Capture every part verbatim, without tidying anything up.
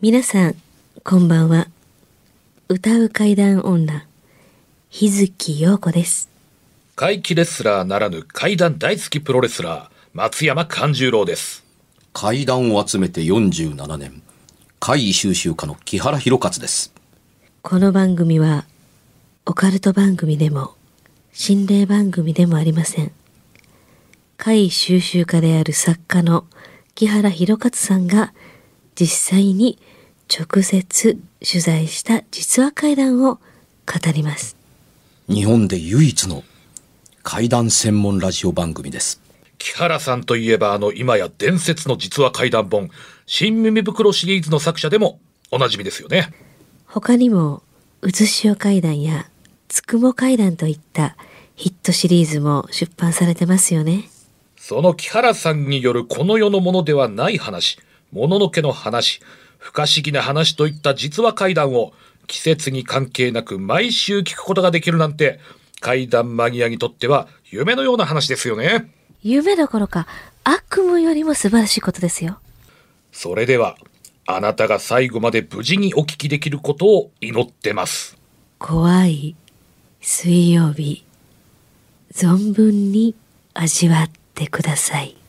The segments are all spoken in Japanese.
皆さんこんばんは。歌う怪談女日月陽子です。 怪奇レスラーならぬ怪談大好きプロレスラー松山勘十郎です。 怪談を集めてよんじゅうななねん、怪異収集家の木原博勝です。 この番組はオカルト番組でも心霊番組でもありません。怪異収集家である作家の木原博勝さんが実際に直接取材した実話怪談を語ります。 日本で唯一の怪談専門ラジオ番組です。 木原さんといえばあの今や伝説の実話怪談本新耳袋シリーズの作者でもおなじみですよね。 他にもうずしお怪談やつくも怪談といったヒットシリーズも出版されてますよね。 その木原さんによるこの世のものではない話、もののけの話、不可思議な話といった実話怪談を季節に関係なく毎週聞くことができるなんて怪談マニアにとっては夢のような話ですよね。 夢どころか悪夢よりも素晴らしいことですよ。 それではあなたが最後まで無事にお聞きできることを祈ってます。 怖い水曜日、存分に味わってください。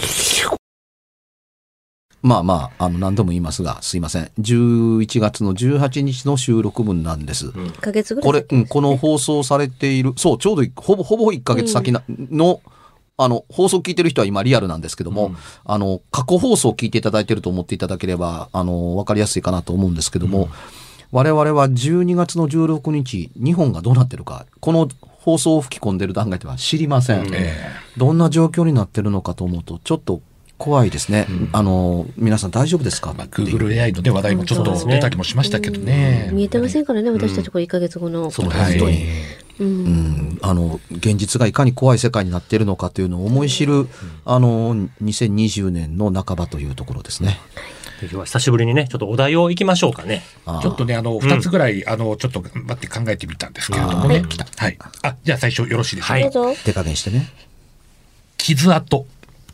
まあまあ、あの何度も言いますがすいません、じゅういちがつのじゅうはちにちの収録分なんです。 いっかげつぐらいこれ、うん、この放送されている、そうちょうどほぼほぼいっかげつ先なの、うん、あの放送聞いてる人は今リアルなんですけども、うん、あの過去放送を聞いていただいていると思っていただければあの分かりやすいかなと思うんですけども、うん、我々はじゅうにがつのじゅうろくにち日本がどうなってるかこの放送を吹き込んでる段階では知りません、うん、どんな状況になってるのかと思うとちょっと怖いですね、うん、あの皆さん大丈夫ですか、 まあ、Google エーアイ の、ね、話題もちょっと出たりもしましたけどね、 うん、見えてませんからね、私たちこれいっかげつごの、 うん、そう本当に、うんうん、あの現実がいかに怖い世界になっているのかというのを思い知る、うん、あのにせんにじゅうねんの半ばというところですね。 今日は久しぶりにねちょっとお題をいきましょうかね。 あちょっとねあのふたつぐらい、うん、あのちょっと頑張って考えてみたんですけれどもね、はい、あじゃあ最初よろしいでしょうか、 はい、 手加減してね。 傷跡。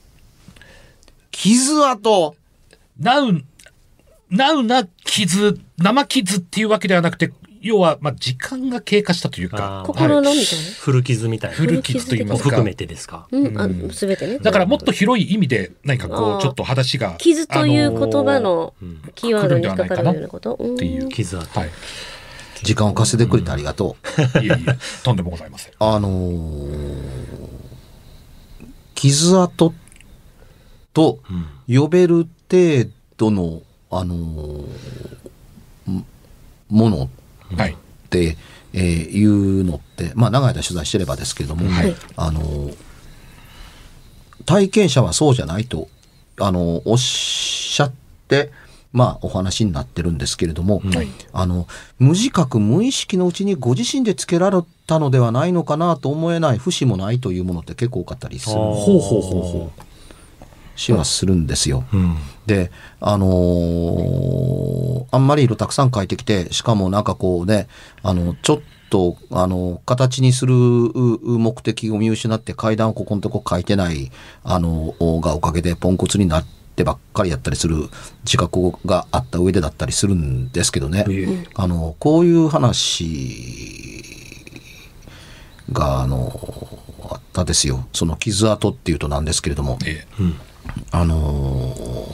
傷跡ナウナウな傷、生傷っていうわけではなくて、要はまあ時間が経過したというか、 心のみたいな、 はい、古傷みたいな古傷と言いますか含めてですか、 うん、あ全てね。 だからもっと広い意味で何かこうちょっと話が傷という言葉のキーワードに引っかかるようなことっていう傷跡、はい、 時間を貸してくれてありがとう、 うん、いえいえとんでもございません。 あのー、傷跡と呼べる程度の、あのー、ものって、はいえー、いうのって、まあ、長い間取材してればですけれども、はいあのー、体験者はそうじゃないと、あのー、おっしゃって、まあ、お話になってるんですけれども、はい、あの無自覚無意識のうちにご自身でつけられたのではないのかなと思えない節もないというものって結構多かったりする。 ほうほうほうほうしはするんですよ、うん、であのー、あんまり色たくさん書いてきてしかもなんかこうねあのちょっとあの形にする目的を見失って階段をここのとこ書いてないあのがおかげでポンコツになってばっかりやったりする自覚があった上でだったりするんですけどね、うん、あのこういう話があのあったですよ。その傷跡っていうとなんですけれども、ええうんあのー、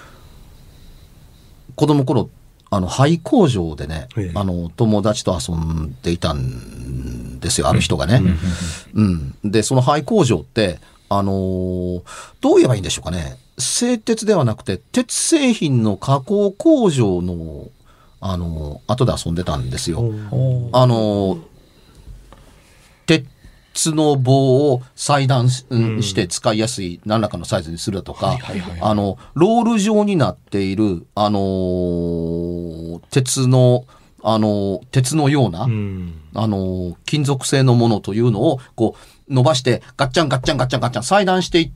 子供頃あの廃工場でね、ええ、あの友達と遊んでいたんですよある人がね、うん、うん、でその廃工場ってあのー、どう言えばいいんでしょうかね、製鉄ではなくて鉄製品の加工工場のあのー、後で遊んでたんですよ。あのー、鉄鉄の棒を裁断 し,、うん、して使いやすい何らかのサイズにするだとか、はいはいはいはい、あのロール状になっている、あのー、鉄の、あのー、鉄のような、うん、あのー、金属製のものというのをこう伸ばしてガッチャンガッチャンガッチャンガッチャン裁断していって、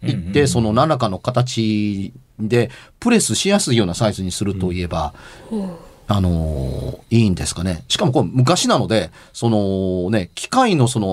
うんうん、その何らかの形でプレスしやすいようなサイズにするといえば、うんうんあのー、いいんですかね。しかもこれ昔なのでそのね機械のその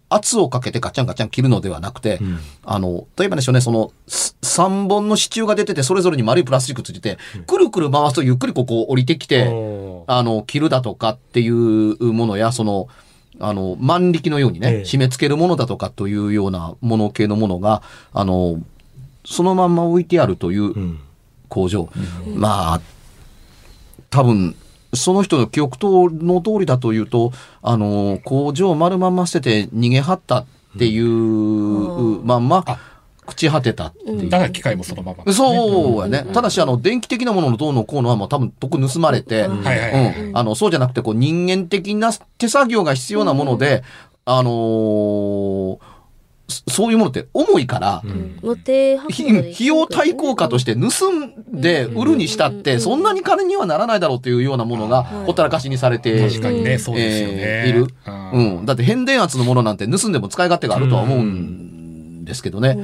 圧をかけてガチャンガチャン切るのではなくて、うん、あの、例えばでしょうね、その、さんぼんの支柱が出てて、それぞれに丸いプラスチックついてて、うん、くるくる回すとゆっくりここ降りてきて、あの、切るだとかっていうものや、その、あの、万力のようにね、ええ、締め付けるものだとかというようなもの系のものが、あの、そのまんま置いてあるという工場。うん、まあ、多分、その人の記憶の通りだというと、あの、工場を丸まんま捨てて逃げはったっていうまんま、朽ち果てたっていう。 だから機械もそのまま、 ね。そうやね。ただし、あの、電気的なもののどうのこうのはもう多分、とこ盗まれて、うん。あの、そうじゃなくて、こう、人間的な手作業が必要なもので、うん、あのー、そういうものって重いから、うん、費用対効果として盗んで売るにしたって、そんなに金にはならないだろうというようなものがほったらかしにされて、 確かにね、そうですよね、 えー、いる。うん。だって変電圧のものなんて盗んでも使い勝手があるとは思うんですけどね。うん。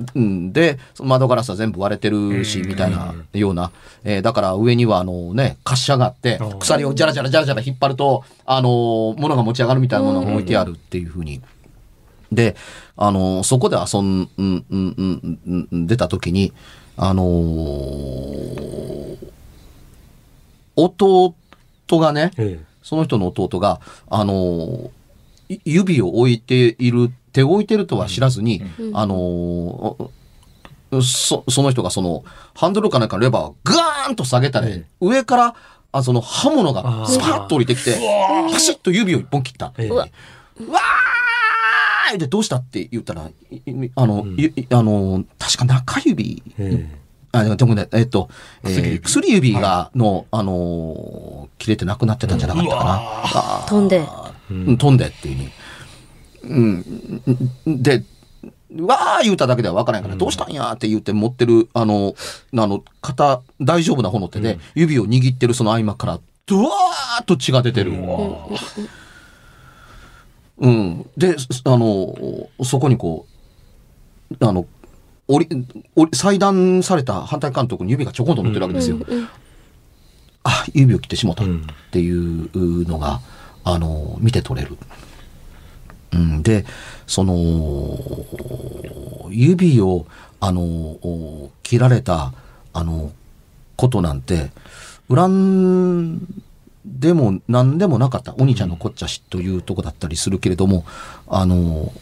うん、で、窓ガラスは全部割れてるし、みたいなような。えー、だから上にはあのね、滑車があって、鎖をジャラジャラジャラジャラ引っ張ると、あのー、物が持ち上がるみたいなものが置いてあるっていうふうに。で、あの、そこで遊ん、うん、うん、うん、出たときに、あのー、弟がね、ええ、その人の弟が、あのー、指を置いている、手を置いてるとは知らずに、うん、あのー、そ、その人がその、ハンドルかなんかのレバーをガーンと下げたら、ええ、上から、あその刃物がスパッと降りてきて、パシッと指を一本切った。ええ、うわーでどうしたって言ったら、あの、うん、あの、確か中指、あ、でもね、えっと、えー、薬指がの、はい、あの、切れてなくなってたんじゃなかったかな。 飛んで。 うん、飛んでっていうね。うん。で、わー言うただけでは分からないから、うん、どうしたんやって言って持ってる、あの、あの、肩、大丈夫な方の手で、うん、指を握ってるその合間から、ドワーッと血が出てる。うんうん。で、あの、そこにこう、あの、折り、折り、裁断された反対監督に指がちょこんと乗ってるわけですよ。うんうん、あ、指を切ってしもたっていうのが、あの、見て取れる。うん、で、その、指を、あの、切られた、あの、ことなんて、恨ん、でも何でもなかった。お兄ちゃんのこっちゃしというとこだったりするけれども、あの、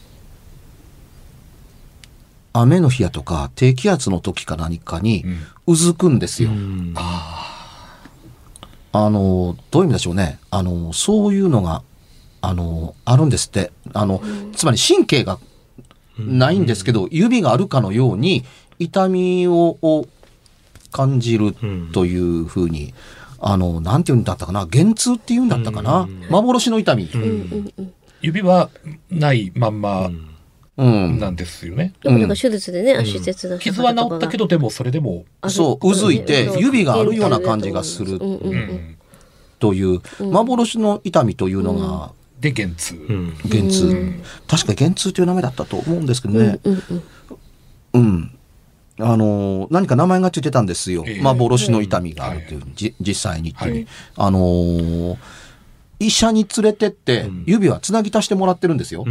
雨の日やとか低気圧の時か何かにうずくんですよ。うん、あ, あの、どういう意味でしょうね。あの、そういうのが、あの、あるんですって。あの、つまり神経がないんですけど、指があるかのように痛みを、を感じるというふうに、あの、なんていうんだったかな、幻痛っていうんだったかな、幻の痛み。 指はないまんまなんですよね。 うん、なんか手術でね、足切断傷は治ったけど、でもそれでも。 そう、うずいて、指があるような感じがするという、幻の痛みというのが、 で、幻痛。 幻痛。確か幻痛という名前だったと思うんですけどね。うん。あの何か名前がついてたんですよ、えー、幻の痛みがあるという、はい、じ実際にっていう、はい、あのー、医者に連れてって指はつなぎ足してもらってるんですよ、うん、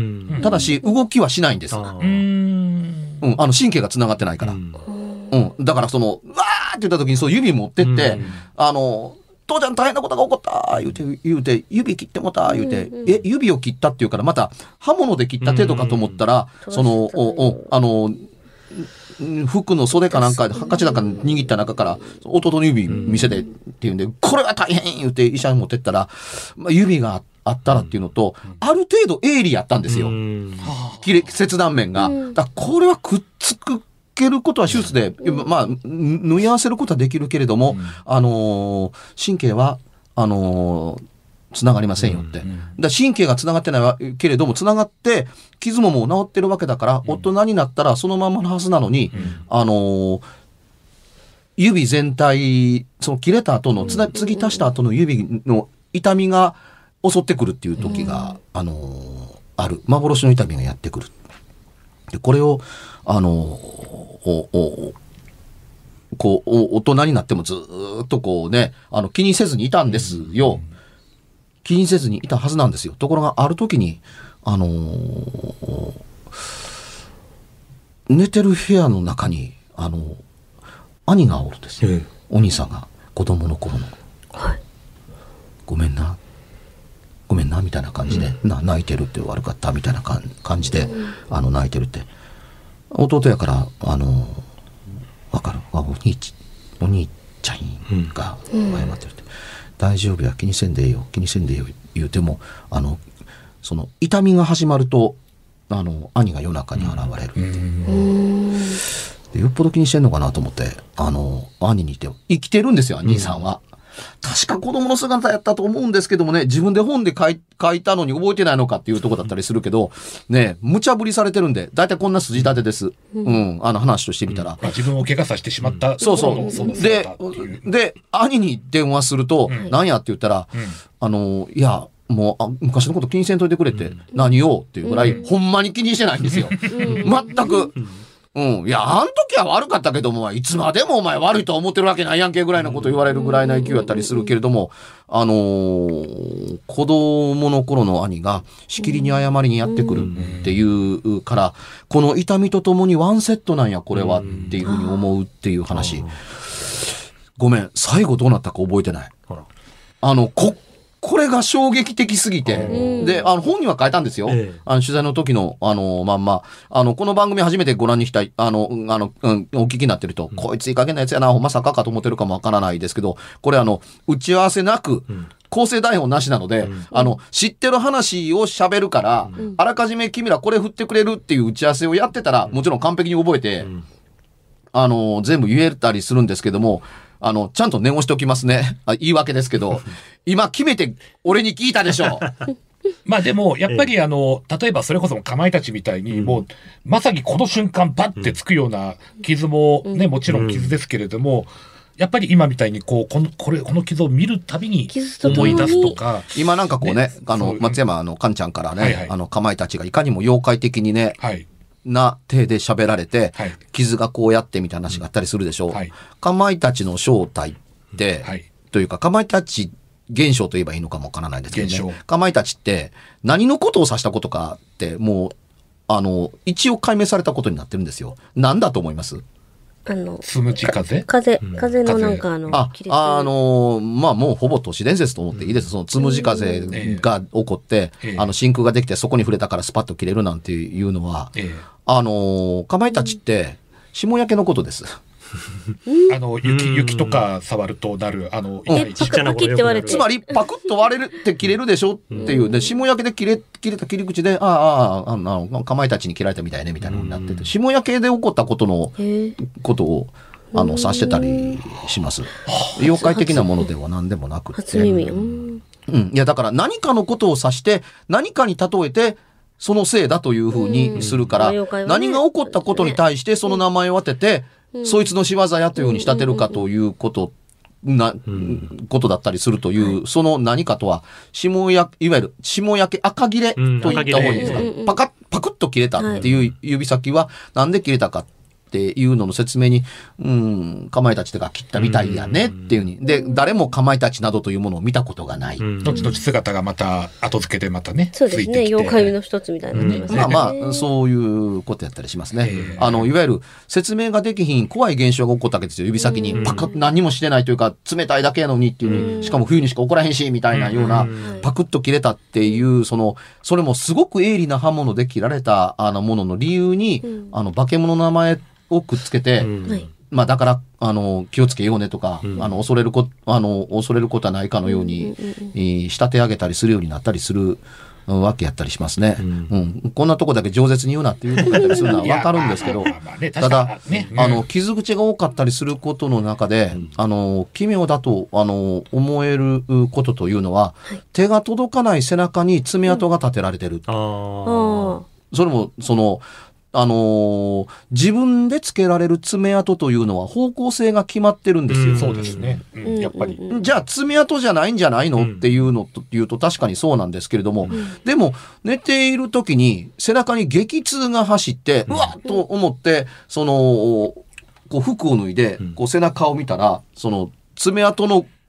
ただし動きはしないんです、うん、うん、あの神経がつながってないから、うんうん、だからそのわーって言った時にそう指持ってって、うん、あの父ちゃん大変なことが起こった言うて言うて指切ってもた言うて、うんうん、え指を切ったっていうからまた刃物で切った程度かと思ったら、うん、そのおおあの服の袖かなんか、ハンカチなんか握った中から、弟の指見せてっていうんで、これは大変言うて医者に持ってったら、まあ、指があったらっていうのと、ある程度鋭利やったんですよ。切れ、切断面が。だからこれはくっつけることは手術で、まあ、縫い合わせることはできるけれども、あのー、神経は、あのー、つながりませんよって。だ神経がつながってないけれども、つながって、傷ももう治ってるわけだから、大人になったらそのままのはずなのに、あのー、指全体、その切れた後の、つな、継ぎ足した後の指の痛みが襲ってくるっていう時が、あのー、ある。幻の痛みがやってくる。で、これを、あのー、お、お、こう、大人になってもずっとこうね、あの、気にせずにいたんですよ。 気にせずにいたはずなんですよ。ところがある時に、あのー、寝てる部屋の中に、あのー、兄がおるんですよ。お兄さんが、子供の頃の。 はい、 ごめんな。ごめんな、みたいな感じで、うん、な泣いてるって、悪かった、みたいな感じで、うん、あの、泣いてるって。弟やから、あのー、わかる。お兄ち、お兄ちゃんが謝ってるって。うん、大丈夫や、気にせんでええよ、気にせんでええよ、言うても、あの、その、痛みが始まると、あの、兄が夜中に現れるって。うんでよっぽど気にしてんのかなと思って、あの、兄に言って、生きてるんですよ、兄さんは。うん、確か子供の姿やったと思うんですけどもね、自分で本で書い、書いたのに覚えてないのかっていうとこだったりするけど、ね、無茶ぶりされてるんで、だいたいこんな筋立てです。うん、うん、あの話としてみたら。うんまあ、自分を怪我させてしまった、うん。 そうそう。で、で、兄に電話すると、うん、何やって言ったら、うん、あの、いや、もうあ昔のこと気にせんといてくれって、うん、何をっていうぐらい、うん、ほんまに気にしてないんですよ。うん、全く。うん。いや、あん時は悪かったけども、いつまでもお前悪いと思ってるわけないやんけぐらいのこと言われるぐらいの勢いやったりするけれども、あのー、子供の頃の兄がしきりに謝りにやってくるっていうから、この痛みとともにワンセットなんや、これはっていうふうに思うっていう話。ごめん、最後どうなったか覚えてない。あの、こ、これが衝撃的すぎて。で、あの、本には書いたんですよ。ええ、あの、取材の時の、あの、まんま、あの、この番組初めてご覧に来た、あの、あの、うん、お聞きになってると、うん、こいついい加減なやつやな、まさかかと思ってるかもわからないですけど、これあの、打ち合わせなく、うん、構成台本なしなので、うん、あの、知ってる話を喋るから、うん、あらかじめ君らこれ振ってくれるっていう打ち合わせをやってたら、もちろん完璧に覚えて、うん、あの、全部言えたりするんですけども、あの、ちゃんと念押しておきますね。あ言い訳ですけど、今決めて俺に聞いたでしょ。 まあでも、やっぱりあの、例えばそれこそかまいたちみたいに、もう、まさにこの瞬間バッてつくような傷もね、もちろん傷ですけれども、やっぱり今みたいにこう、この、これ、この傷を見るたびに思い出すとか。 今なんかこうね、あの、松山のかんちゃんからね、あの、かまいたちがいかにも妖怪的にね、はい。な手で喋られて、はい、傷がこうやってみたいな話があったりするでしょう。はい、かまいたちの正体って、はい、というか、かまいたち現象と言えばいいのかもわからないですけどね。かまいたちって何のことを指したことかって、もう、あの、一応解明されたことになってるんですよ。なんだと思います？ あの、 つむじ風風、風のなんかあの、 あ、あの、まあもうほぼ都市伝説と思っていいです。そのつむじ風が起こって、ええ、あの真空ができてそこに触れたからスパッと切れるなんていうのは、ええ、あの、かまいたちって霜焼けのことです。 あの雪雪とか触るとなるあの痛いちっちゃな声。 つまりパクッと割れるって切れるでしょっていうで霜焼けで切れ切れた切り口であああああのかまいたちに切られたみたいねみたいなのになってて霜焼けで起こったことのことをあの指してたりします。妖怪的なものでは何でもなくて。 初耳。うん。 いやだから何かのことを指して何かに例えて。そのせいだというふうにするから、何が起こったことに対してその名前を当てて、そいつの仕業やというふうに仕立てるかということな、ことだったりするという、その何かとは、霜焼け、いわゆる霜焼け赤切れといった方がいいですか。パカッ、パクッと切れたっていう指先はなんで切れたか。っていうのの説明に、うん、かまいたちが切ったみたいやねっていうに。で、誰もかまいたちなどというものを見たことがない。 後々姿がまた後付けでまたね。 そうですね。妖怪の一つみたいな、ねうん。まあまあ、そういうことやったりしますね。あの、いわゆる説明ができひん怖い現象が起こったわけですよ。指先にパカッ、何もしてないというか、冷たいだけやのにっていうに、しかも冬にしか起こらへんし、みたいなような、パクッと切れたっていう、その、それもすごく鋭利な刃物で切られたあのものの理由に、あの、化け物の名前をくっつけて、うん、まあだから、あの、気をつけようねとか、うん、あの、恐れるこ、あの、恐れることはないかのように、うん、仕立て上げたりするようになったりするわけやったりしますね。うん。うん、こんなとこだけ饒舌に言うなっていうのがあったりするのはわかるんですけど、ただ、ね、あの、傷口が多かったりすることの中で、うん、あの、奇妙だと、あの、思えることというのは、はい、手が届かない背中に爪痕が立てられてる。うん、あそれも、その、あのー、自分でつけられる爪痕というのは方向性が決まってるんですよ。 うん、そうですね。うん、やっぱり。 じゃあ爪痕じゃないんじゃないの、うん、っていうのというと確かにそうなんですけれども、うん、でも寝ている時に背中に激痛が走って、うん、うわっと思って、その、こう服を脱いで、こう背中を見たら、その爪痕の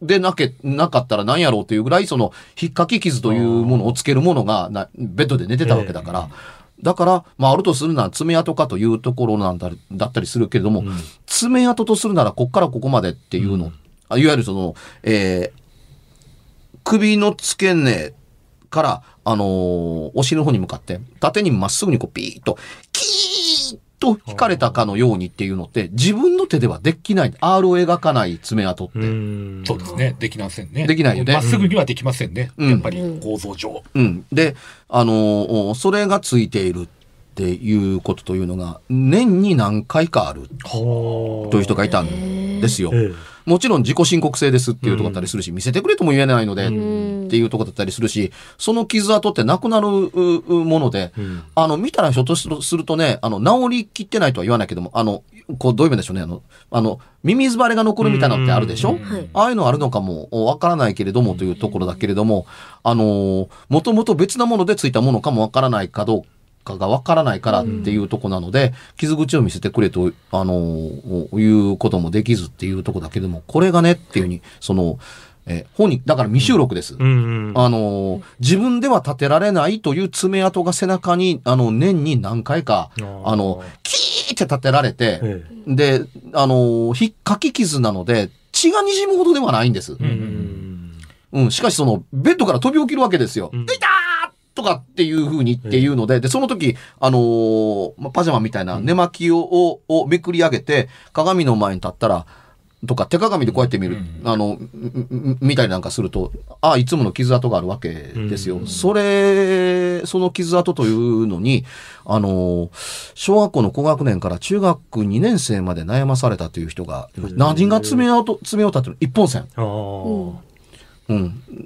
でなけ、なかったら何やろうというぐらい、その、引っかき傷というものをつけるものがな、ベッドで寝てたわけだから、えー、だから、まあ、あるとするなら爪痕かというところなんだ、だったりするけれども、うん、爪痕とするなら、こっからここまでっていうの、うん、いわゆるその、えー、首の付け根から、あのー、お尻の方に向かって、縦にまっすぐにこう、ピーッと、キーッと引かれたかのようにっていうのって、自分の手ではできない。アール を描かない爪痕って。 うそうですね。できませんね。 できないよね。 まっすぐにはできませんね。うん、やっぱり構造上。 うん。で、あのー、それがついているっていうことというのが、年に何回かあるという人がいたんですよ。もちろん自己申告制ですっていうとこだったりするし、見せてくれとも言えないのでっていうとこだったりするし、その傷跡ってなくなるもので、あの、見たらひょっとするとね、あの、治りきってないとは言わないけども、あの、こう、どういう意味でしょうね、あの、あの、ミミズバレが残るみたいなのってあるでしょ、ああいうのあるのかもわからないけれどもというところだけれども、あの、もともと別なものでついたものかもわからないかどうか、かがわからないからっていうとこなので、うん、傷口を見せてくれと、あのー、いうこともできずっていうとこだけども、これがねっていうふうに、その、え本に、だから未収録です。うんうんうん、あのー、自分では立てられないという爪痕が背中に、あの、年に何回か、あの、キーって立てられて、ええ、で、あのー、引っかき傷なので、血が滲むほどではないんです。うんうんうん、しかしその、ベッドから飛び起きるわけですよ。うん、痛ーとかっていう風にっていうので、で、その時、あのー、まあ、パジャマみたいな寝巻きを、を、をめくり上げて、鏡の前に立ったら、とか手鏡でこうやって見る、うん、あの、見たりなんかすると、ああ、いつもの傷跡があるわけですよ。うん、それ、その傷跡というのに、あの、小学校の高学年から中学にねん生まで悩まされたという人が、何が爪痕、爪を立てる一本線。うん。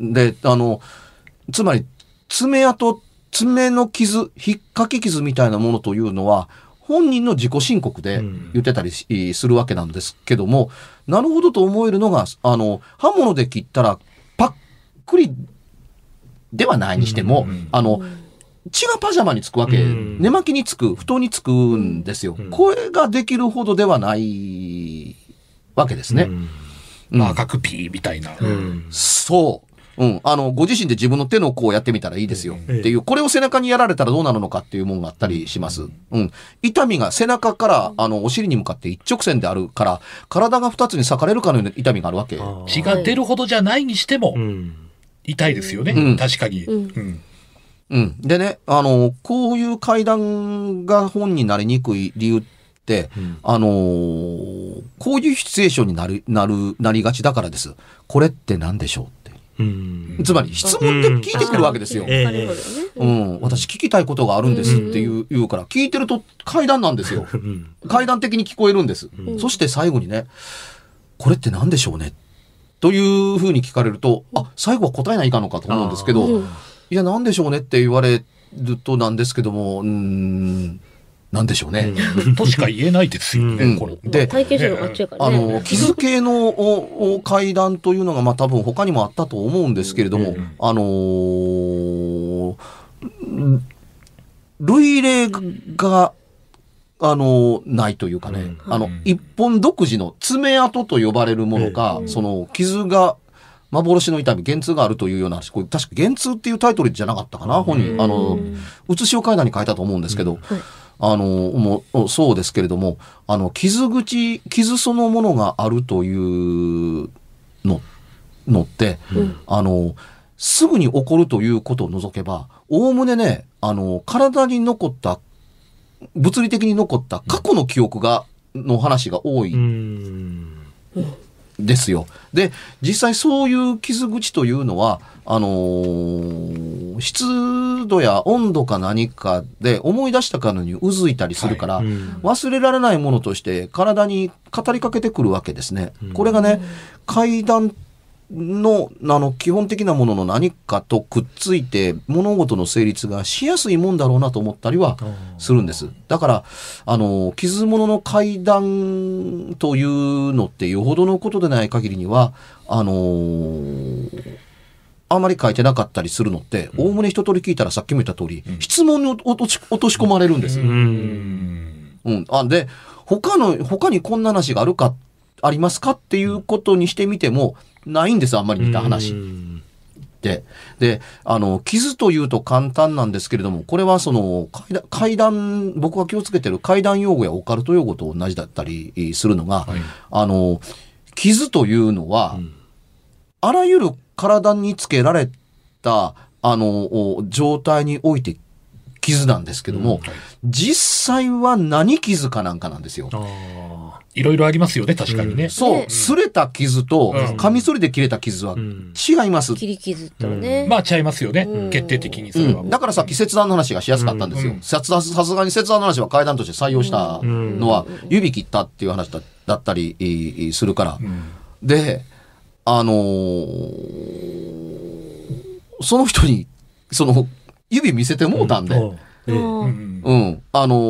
で、あの、つまり、爪痕、爪の傷、引っかき傷みたいなものというのは、本人の自己申告で言ってたりするわけなんですけども、うん、なるほどと思えるのが、あの、刃物で切ったら、パックリではないにしても、うん、あの、血がパジャマにつくわけ、うん、寝巻きにつく、布団につくんですよ。うん、これができるほどではないわけですね。うんうん、赤くピーみたいな。 うん、そう。うん。あの、ご自身で自分の手の甲をやってみたらいいですよ。っていう、これを背中にやられたらどうなるのかっていうものがあったりします。うん。痛みが背中から、あの、お尻に向かって一直線であるから、体が二つに裂かれるかのような痛みがあるわけ。 血が出るほどじゃないにしても、痛いですよね。うん、確かに。うん。 うん。でね、あの、こういう階段が本になりにくい理由って、うん、あのー、こういうシチュエーションになる、なる、なりがちだからです。これって何でしょう？うん、つまり質問で聞いてくるわけですよ。うん、うん、私聞きたいことがあるんですって言う、言うから、聞いてると階段なんですよ。階段的に聞こえるんです。うん、そして最後にね、これって何でしょうねというふうに聞かれると、あ、最後は答えないかのかと思うんですけど、いや、何でしょうねって言われるとなんですけども、うーん、なんでしょうね。 うん、としか言えないですよね。うん、これで、体験者のあっちからね。 あの、傷系の階段というのが、まあ多分他にもあったと思うんですけれども、うん、あのー、類例が、あの、ないというかね、うん、あの、一本独自の爪痕と呼ばれるものが、うん、その、傷が、幻の痛み、幻痛があるというような、これ確か幻痛っていうタイトルじゃなかったかな、本に、あの、写しを階段に書いたと思うんですけど、うん、はい、あの、もう、そうですけれども、あの、傷口、傷そのものがあるというの、のって、うん、あの、すぐに起こるということを除けば、おおむねね、あの、体に残った、物理的に残った過去の記憶が、の話が多い。うんですよ。で、実際そういう傷口というのは、あのー、湿度や温度か何かで思い出したかのようにうずいたりするから、はい、うん、忘れられないものとして体に語りかけてくるわけですね。うん、これがね、階段の、あの、基本的なものの何かとくっついて物事の成立がしやすいもんだろうなと思ったりはするんです。だから、あの、傷物の階段というのってよほどのことでない限りには、あのー、あまり書いてなかったりするのって、おおむね一通り聞いたらさっきも言った通り、うん、質問に落とし、落とし込まれるんです。うん。うん。あ、で、他の、他にこんな話があるかありますかっていうことにしてみてもないんです。あんまり似た話。で、で、あの、傷というと簡単なんですけれども、これはその、階段、階段僕が気をつけてる階段用語やオカルト用語と同じだったりするのが、はい、あの、傷というのは、うん、あらゆる体につけられた、あの、状態において傷なんですけども、うんはい、実際は何傷かなんかなんですよ。 いろいろありますよね、確かにね。うん、 そう、擦れた傷と、カミソリで切れた傷は違います。 切り傷とね、 うん。まあ違いますよね、うん、決定的にそれは、 うん。だからさっき切断の話がしやすかったんですよ。うん、さすがに切断の話は階段として採用したのは、指切ったっていう話だだったりするから。うん、で、あのー、その人に、その、指見せてもうたんで、うん、うん、うん、あの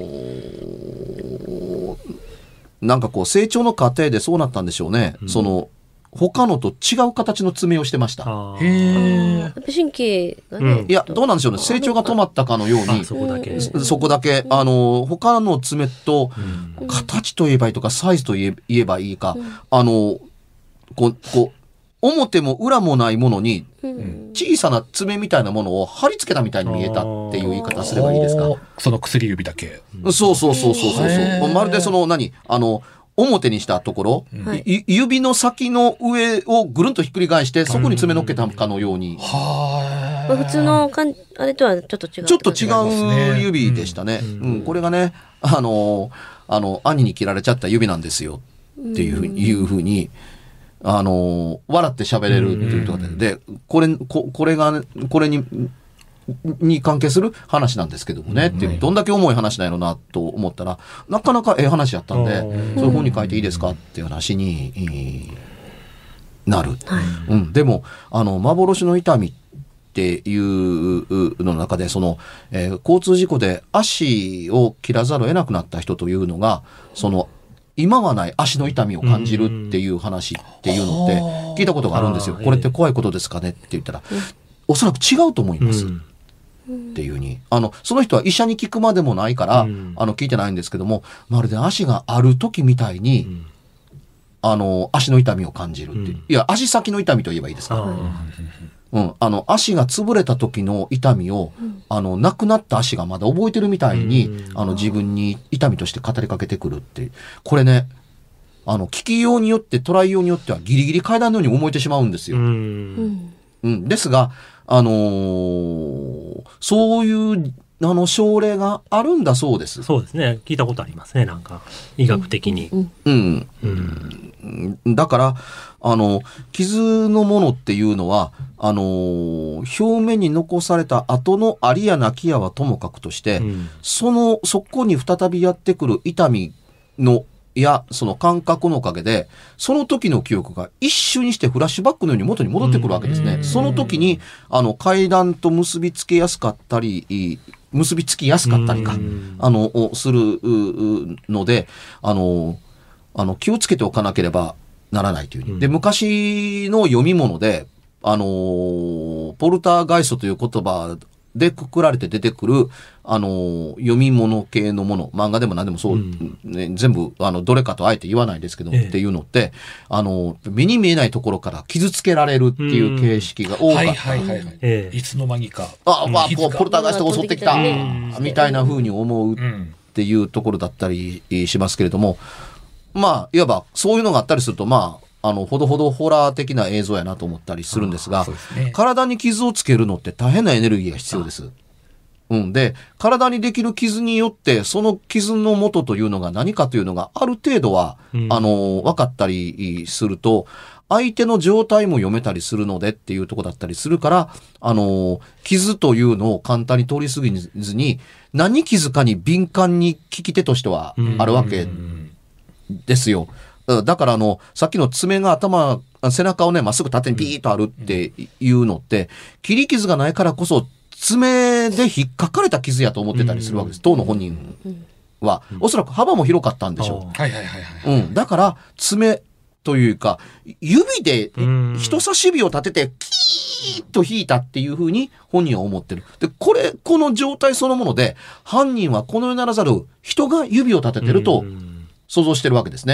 ー、なんかこう成長の過程でそうなったんでしょうね。うん、その他のと違う形の爪をしてました。 へえ。神経がね、うん。 いやどうなんでしょうね。成長が止まったかのように、 そこだけ、 そこだけあの他の爪と形と言えばいいとかサイズと言え、言えばいいか、うん、あのこうこう表も裏もないものに小さな爪みたいなものを貼り付けたみたいに見えたっていう言い方すればいいですか。 その薬指だけ。 そうそうそうそうそうそう。まるでその何あの表にしたところ、はい、指の先の上をぐるんとひっくり返してそこに爪乗っけたかのように。 はあ。普通のかんあれとはちょっと違う。 ちょっと違う指でしたね。うんうん、これがねあのあの兄に切られちゃった指なんですよっていうふうに。いうふうにあの笑って喋れるっていうところで、でこれここれがこれにに関係する話なんですけどもね、っていうどんだけ重い話なんやろなと思ったらなかなかええ話やったんで、そういう本に書いていいですかっていう話になる。うん、でもあの幻の痛みっていうの中でその、えー、交通事故で足を切らざるを得なくなった人というのがその今はない足の痛みを感じるっていう話っていうのって聞いたことがあるんですよ。これって怖いことですかねって言ったら、おそらく違うと思います。っていうにあのその人は医者に聞くまでもないから、うん、あの聞いてないんですけどもまるで足がある時みたいに、うん、あの足の痛みを感じるっていう、うん、いや足先の痛みと言えばいいですか、うん、あの足が潰れた時の痛みを、うん、あの亡くなった足がまだ覚えてるみたいに、うん、あの自分に痛みとして語りかけてくるっていうこれねあの聞きようによってトライようによってはギリギリ階段のように思えてしまうんですよ、うんうん、ですがあのー、そういうあの症例があるんだそうです。 そうですね。聞いたことありますね。なんか医学的に。うん。 うんうん、だからあの傷のものっていうのはあのー、表面に残された後のありやなきやはともかくとして、うん、そのそこに再びやってくる痛みのやその感覚のおかげでその時の記憶が一瞬にしてフラッシュバックのように元に戻ってくるわけですね。その時にあの階段と結びつけやすかったり結びつきやすかったりかあのするのであのあの気をつけておかなければならないという。で昔の読み物であのポルターガイストという言葉でくくられて出てくるあの読み物系のもの漫画でも何でもそう、うんね、全部あのどれかとあえて言わないですけど、ええ、っていうのってあの目に見えないところから傷つけられるっていう形式が多かった。 はいはいはいはい、ええ、いつの間にかあ、まあ、ポルターガイストが襲ってきたみたいな風に思うっていうところだったりしますけれども、まあいわばそういうのがあったりするとまああのほどほどホラー的な映像やなと思ったりするんですが、ね、体に傷をつけるのって大変なエネルギーが必要です。うん、で体にできる傷によってその傷の元というのが何かというのがある程度は、うん、あの分かったりすると相手の状態も読めたりするのでっていうところだったりするからあの傷というのを簡単に通り過ぎずに何傷かに敏感に聞き手としてはあるわけですよ。だからあのさっきの爪が頭背中をねまっすぐ縦にピーッとあるっていうのって切り傷がないからこそ爪で引っかかれた傷やと思ってたりするわけです。当の本人はおそらく幅も広かったんでしょう。はいはいはいはい。うん、だから爪というか指で人差し指を立ててキーッと引いたっていうふうに本人は思ってる。でこれこの状態そのもので犯人はこの世ならざる人が指を立ててると想像してるわけですね。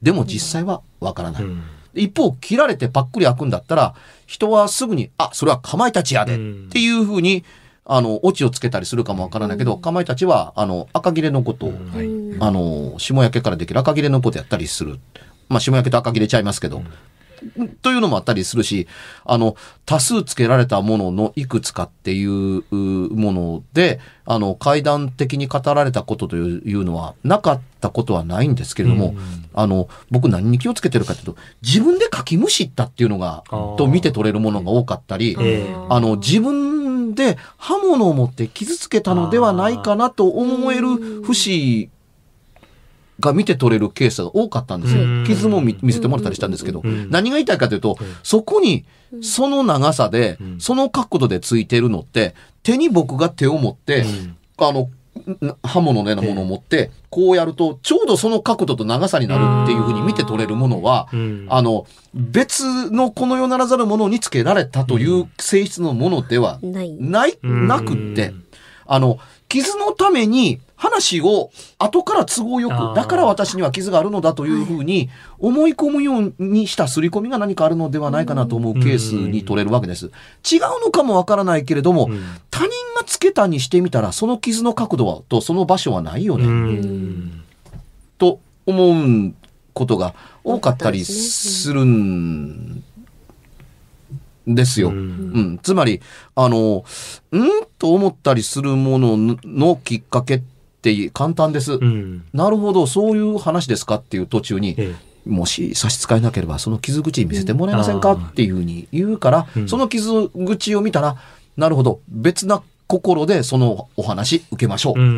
でも実際はわからない。 うん、 一方、切られてパックリ開くんだったら、人はすぐに、あ、それはかまいたちやで、っていうふうに、あの、オチをつけたりするかもわからないけど、かまいたちは、あの、赤切れのことを、 はい、 あの、下焼けからできる赤切れのことやったりする。まあ、下焼けと赤切れちゃいますけど、うん、というのもあったりするし、あの、多数つけられたもののいくつかっていうもので、あの、階段的に語られたことというのはなかったことはないんですけれども、うん、あの、僕何に気をつけてるかというと、自分で書きむしったっていうのが、と見て取れるものが多かったり、あの、自分で刃物を持って傷つけたのではないかなと思える節が見て取れるケースが多かったんですよ。傷も 見, 見せてもらったりしたんですけど、何が言いたいかというと、そこにその長さで、その角度でついてるのって、手に僕が手を持って、あの、刃物のようなものを持って、こうやると、ちょうどその角度と長さになるっていうふうに見て取れるものは、あの、別のこの世ならざるものにつけられたという性質のものではない、なくって、あの、傷のために話を後から都合よく、だから私には傷があるのだというふうに思い込むようにした刷り込みが何かあるのではないかなと思うケースに取れるわけです。違うのかもわからないけれども、他人がつけたにしてみたらその傷の角度はとその場所はないよね。と思うことが多かったりするんですよ。うん、うん、つまり、あの、んと思ったりするもののきっかけって簡単です。うん、なるほど、そういう話ですかっていう途中に、ええ、もし差し支えなければその傷口見せてもらえませんか、うん、っていうふうに言うから、うん、その傷口を見たら、なるほど、別な心でそのお話受けましょう、うん、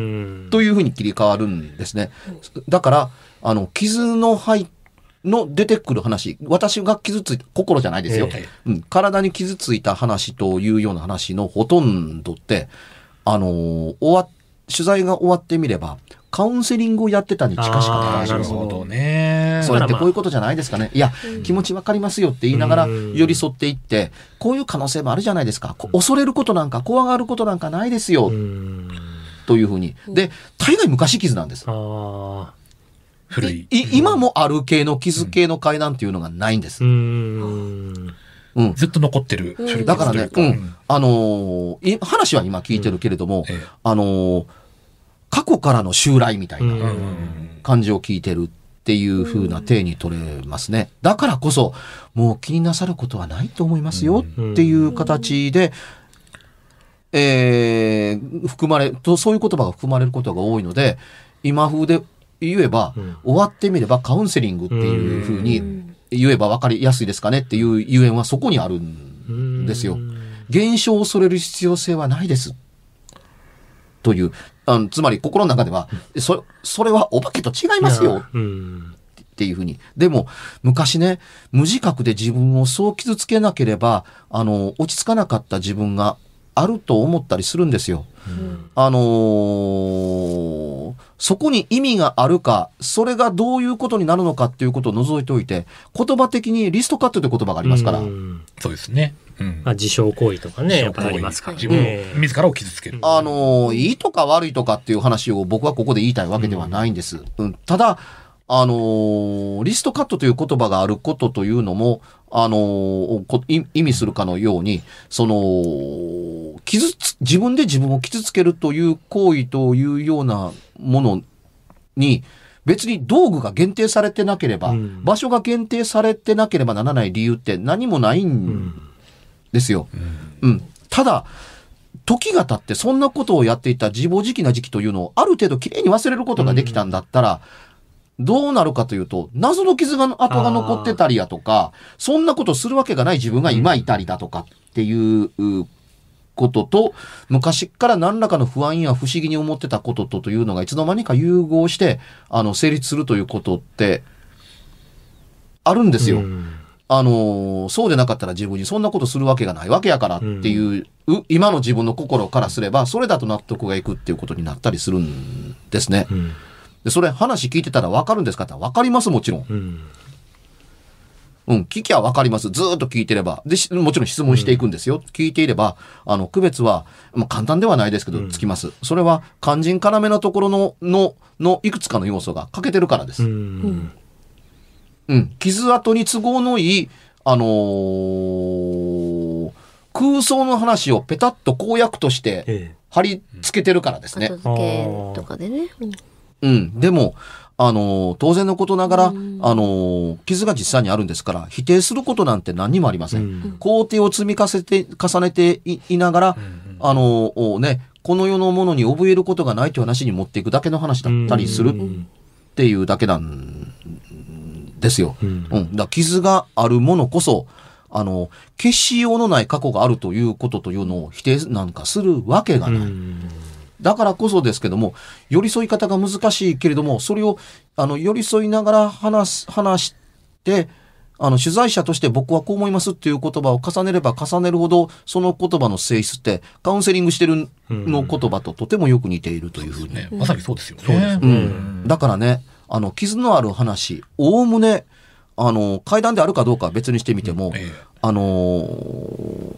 というふうに切り替わるんですね。だから、あの、傷の入っての出てくる話、私が傷ついた、心じゃないですよ、えーうん。体に傷ついた話というような話のほとんどって、あのー、終わ、取材が終わってみれば、カウンセリングをやってたに近しかったらしいです。 なるほどね。 それってこういうことじゃないですかね。いや、うん、気持ちわかりますよって言いながら寄り添っていって、こういう可能性もあるじゃないですか。恐れることなんか、怖がることなんかないですよ。というふうに。で、大概昔傷なんです。あ古いい今もある系の傷系の階段っていうのがないんです。うん、 うん、ずっと残ってる。 だからね、うん、あのー、話は今聞いてるけれども、うんええ、あのー、過去からの襲来みたいな感じを聞いてるっていう風な体に取れますね。だからこそ、もう気になさることはないと思いますよっていう形で、えー、含まれと、そういう言葉が含まれることが多いので、今風で言えば、うん、終わってみればカウンセリングっていうふうに言えば分かりやすいですかねっていうゆえんはそこにあるんですよ。現象を恐れる必要性はないです。という、あのつまり心の中では、そ、それはお化けと違いますよ。っていうふうに。でも、昔ね、無自覚で自分をそう傷つけなければ、あの、落ち着かなかった自分があると思ったりするんですよ。うん、あのー、そこに意味があるか、それがどういうことになるのかっていうことを除いておいて、言葉的にリストカットという言葉がありますから。うん、 そうですね。 うん、まあ、自傷行為とかね、やっぱりありますから、ね。 自分、自らを傷つける。 あのー、いいとか悪いとかっていう話を僕はここで言いたいわけではないんです。うん、ただ、あのー、リストカットという言葉があることというのも、あのー、意味するかのように、その、傷つ、自分で自分を傷つけるという行為というようなものに、別に道具が限定されてなければ、うん、場所が限定されてなければならない理由って何もないんですよ。うん。うん、ただ、時が経ってそんなことをやっていた自暴自棄な時期というのをある程度きれいに忘れることができたんだったら、うんどうなるかというと、謎の傷が、跡が残ってたりやとか、そんなことするわけがない自分が今いたりだとかっていうことと、昔から何らかの不安や不思議に思ってたこととというのがいつの間にか融合して、あの、成立するということって、あるんですよ。あの、そうでなかったら自分にそんなことするわけがないわけやからっていう、う今の自分の心からすれば、それだと納得がいくっていうことになったりするんですね。うんでそれ話聞いてたら分かるんですかって分かりますもちろん。うん、うん、聞きゃ分かります。ずーっと聞いてれば。で、もちろん質問していくんですよ。うん、聞いていれば、あの、区別は、まあ、簡単ではないですけど、つきます。うん、それは、肝心要のところの、の、のいくつかの要素が欠けてるからです。うん、 うん、傷跡に都合のいい、あのー、空想の話をペタッと公約として貼り付けてるからですね。 後付けとかでね。 うん、うん、でも、あのー、当然のことながら、あのー、傷が実際にあるんですから、否定することなんて何にもありません。うん、工程を積み重ねて、重ねて い, いながら、うん、あのー、ね、この世のものに怯えることがないという話に持っていくだけの話だったりするっていうだけなんですよ。うん。うん、だから傷があるものこそ、あの、消しようのない過去があるということというのを否定なんかするわけがない。うん、だからこそですけども、寄り添い方が難しいけれども、それを、あの、寄り添いながら話す、話して、あの、取材者として僕はこう思いますっていう言葉を重ねれば重ねるほど、その言葉の性質って、カウンセリングしてるの言葉ととてもよく似ているというふうに。 ね、まさにそうですよね。 そうですね。うん。だからね、あの、傷のある話、おおむね、あの、階段であるかどうかは別にしてみても、うん、ええ、あのー、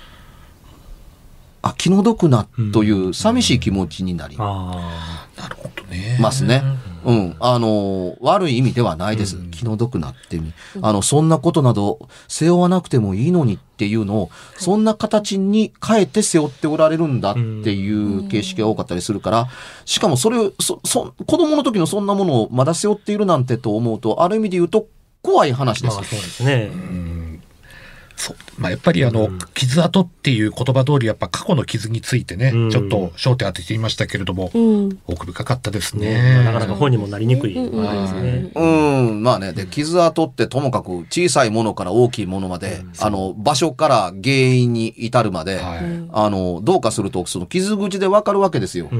あ、気の毒なという寂しい気持ちになりますね。うん。あの、悪い意味ではないです。うん、気の毒なって意味。あの、そんなことなど背負わなくてもいいのにっていうのを、そんな形に変えて背負っておられるんだっていう形式が多かったりするから、しかもそれを、そ、そ、子供の時のそんなものをまだ背負っているなんてと思うと、ある意味で言うと怖い話です。 まあ、そうですね。 うん、そう、まあ、やっぱりあの、うん、傷跡っていう言葉通りやっぱ過去の傷についてね、うん、ちょっと焦点当てていましたけれども、うん、奥深かったですね。 ね、まあ、なかなか本にもなりにくいですね。 うん、うん、まあね、で傷跡ってともかく小さいものから大きいものまで、うん、あの場所から原因に至るまで、はい、あのどうかするとその傷口でわかるわけですよ。うん、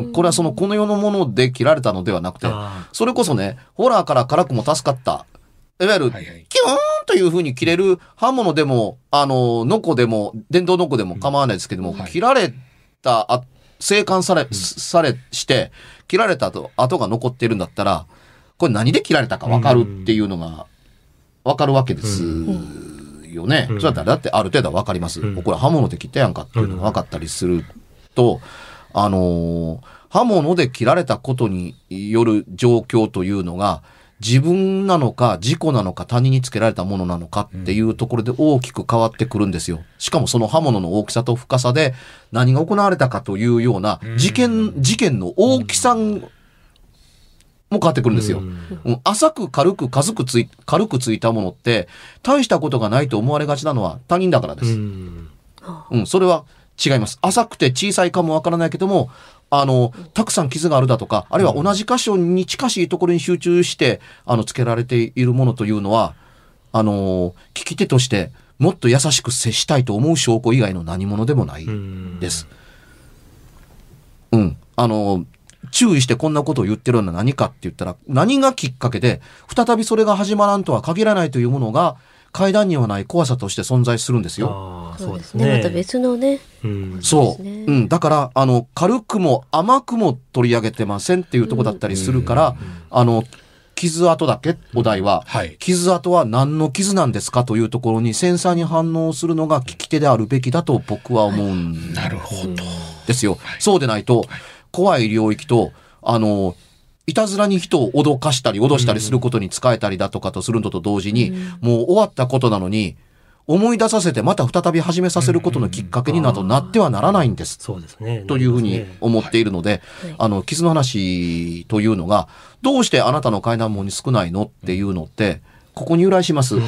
これはそのこの世のもので切られたのではなくて、それこそね、ホラーから辛くも助かった。いわゆる、キューンという風に切れる刃物でも、あの、ノコでも、電動ノコでも構わないですけども、うん、はい、切られた、あ、生還され、うん、され、して、切られた後、跡が残っているんだったら、これ何で切られたか分かるっていうのが、分かるわけですよね。うん、そうだったら、だってある程度は分かります。うん、これ刃物で切ったやんかっていうのが分かったりすると、あの、刃物で切られたことによる状況というのが、自分なのか事故なのか他人につけられたものなのかっていうところで大きく変わってくるんですよ。しかもその刃物の大きさと深さで何が行われたかというような事件、事件の大きさも変わってくるんですよ。うん、浅く軽く軽くつい、軽くついたものって大したことがないと思われがちなのは他人だからです。うん、うん、それは違います。浅くて小さいかもわからないけども、あの、たくさん傷があるだとか、あるいは同じ箇所に近しいところに集中して、あの、つけられているものというのは、あの、聞き手としてもっと優しく接したいと思う証拠以外の何者でもないです。うん。あの、注意してこんなことを言ってるのは何かって言ったら、何がきっかけで、再びそれが始まらんとは限らないというものが、階段にはない怖さとして存在するんですよ。 あ、そうですね。また別のね。 うん、そう、うん。だから、あの、軽くも甘くも取り上げてませんっていうところだったりするから、うん、あの、傷跡だけ、お題は、うんはい、傷跡は何の傷なんですかというところに繊細に反応するのが聞き手であるべきだと僕は思うんですよ。そうでないと、怖い領域と、あの、いたずらに人を脅かしたり脅したりすることに使えたりだとかとするのと同時に、うん、もう終わったことなのに思い出させてまた再び始めさせることのきっかけになどなってはならないんです。 そうですね。 というふうに思っているので、はい、あの傷の話というのがどうしてあなたの階段門に少ないのっていうのってここに由来します。うん、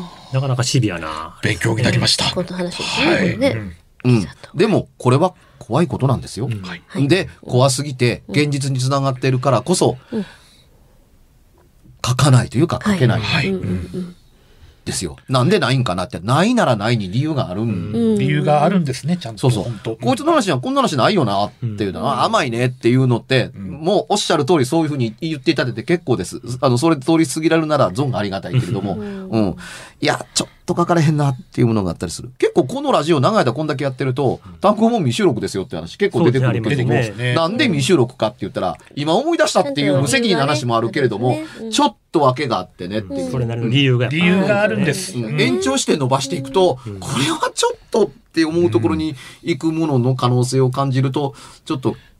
なかなかシビアな勉強になりました。 この話ですね。はい、ね。 うん。でもこれは怖いことなんですよ。うん、で、怖すぎて現実につながっているからこそ、うん、書かないというか書けない。はい。うんですよ。なんでないんかなって、ないならないに理由があるん、 うん、理由があるんですね、ちゃんと。 そうそう。こいつの話にはこんな話ないよなっていうのは、うん、甘いねっていうのって、うん、もうおっしゃる通りそういうふうに言っていただいて結構です。あの、それで通り過ぎられるなら存がありがたいけれども、うん、うん。いや、ちょっと書かれへんなっていうものがあったりする。結構このラジオ長い間こんだけやってると、単行本未収録ですよって話結構出てくるけども、ね、なんで未収録かって言ったら、今思い出したっていう無責任な話もあるけれども、ちょっと訳があってねっていう。 それなりの理由が。 理由があるんです。 うん、延長して伸ばしていくと、うん、これはちょっとって思うところに行くものの可能性を感じると、ちょっと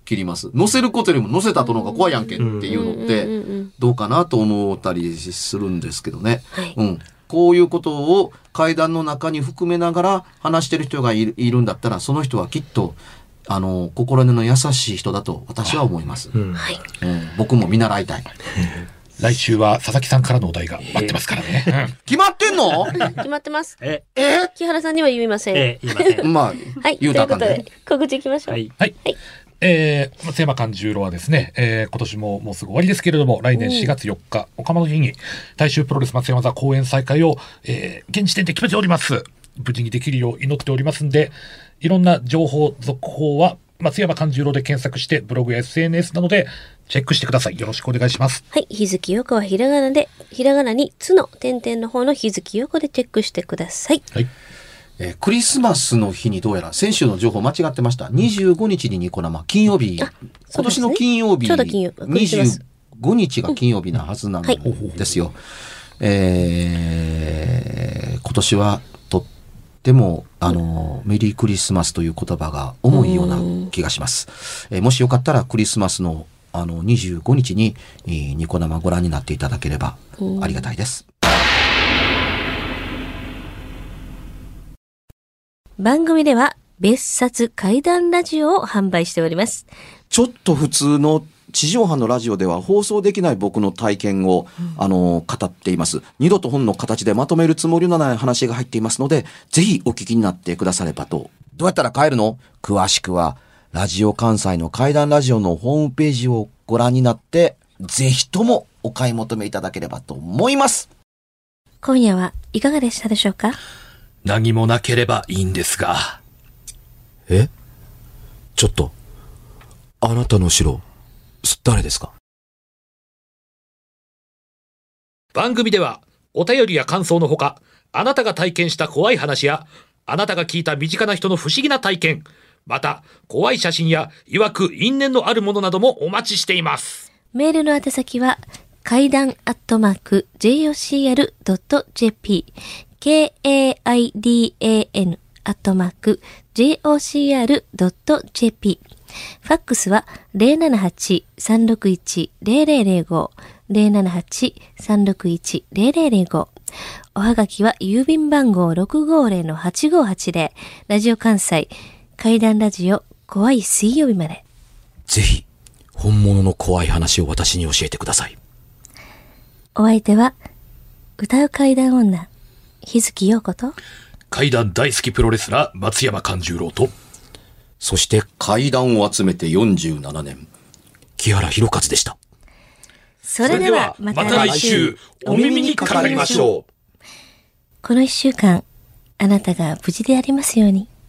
切ります。乗せることよりも乗せた後の方が怖いやんけっていうのってどうかなと思ったりするんですけどね。 はい、 うん。こういうことを階段の中に含めながら話してる人がいる、いるんだったら、その人はきっとあの心根の優しい人だと私は思います。うん、はい、うん。僕も見習いたい。 来週は佐々木さんからのお題が待ってますからね。えーうん、 決まってんの？ 決まってます。 ええ木原さんには言いません。 え言いません。 まあ、 はい。 言うたらあかんね。 ということで、告知いきましょう。 はい。はい。はい、えー、松山勘十郎はですね、えー、今年ももうすぐ終わりですけれども、来年しがつよっか、おかまの日に、大衆プロレス松山座公演再開を、えー、現時点で決めております。無事にできるよう祈っておりますんで、いろんな情報、続報は、松山勘十郎で検索して、ブログや エスエヌエス などでチェックしてください。よろしくお願いします。 はい。日月陽子はひらがなで、ひらがなに、つの点々の方の日月陽子でチェックしてください。 はい。 えー、クリスマスの日にどうやら先週の情報間違ってました。にじゅうごにちにニコ生、金曜日、今年の金曜日、 ちょうど金曜日、 にじゅうごにちが金曜日なはずなんですよ。うん、はい、えー、今年はとってもあのメリークリスマスという言葉が重いような気がします。えー、もしよかったらクリスマスのあのにじゅうごにちに、えー、ニコ生ご覧になっていただければありがたいです。 番組では別冊怪談ラジオを販売しております。 ちょっと普通の地上波のラジオでは放送できない僕の体験を、うん、あの語っています。二度と本の形でまとめるつもりのない話が入っていますので、ぜひお聞きになってくださればと。どうやったら買えるの？詳しくはラジオ関西の怪談ラジオのホームページをご覧になって、ぜひともお買い求めいただければと思います。 今夜はいかがでしたでしょうか？ 何もなければいいんですが。 え？ちょっと、あなたの城、誰ですか？ 番組ではお便りや感想のほか、あなたが体験した怖い話や、あなたが聞いた身近な人の不思議な体験、また怖い写真や曰く因縁のあるものなどもお待ちしています。 メールの宛先は怪談アットマーク ジェイオーシーアールドットジェーピー ケーエーアイディーエーエヌ アットマーク ジェイオーシーアールドットジェーピー。ファックスは ゼロななはち さんろくいち ゼロゼロゼロご ゼロななはち さんろくいち ゼロゼロゼロご。おはがきは郵便番号 ろくごーゼロのはちごーはちゼロ ラジオ関西怪談ラジオ怖い水曜日まで。 ぜひ本物の怖い話を私に教えてください。 お相手は歌う怪談女日月陽子と怪談大好きプロレスラー松山勘十郎と、 そして怪談を集めてよんじゅうななねん、木原博一でした。 それではまた来週お耳にかかりましょう。 この一週間あなたが無事でありますように。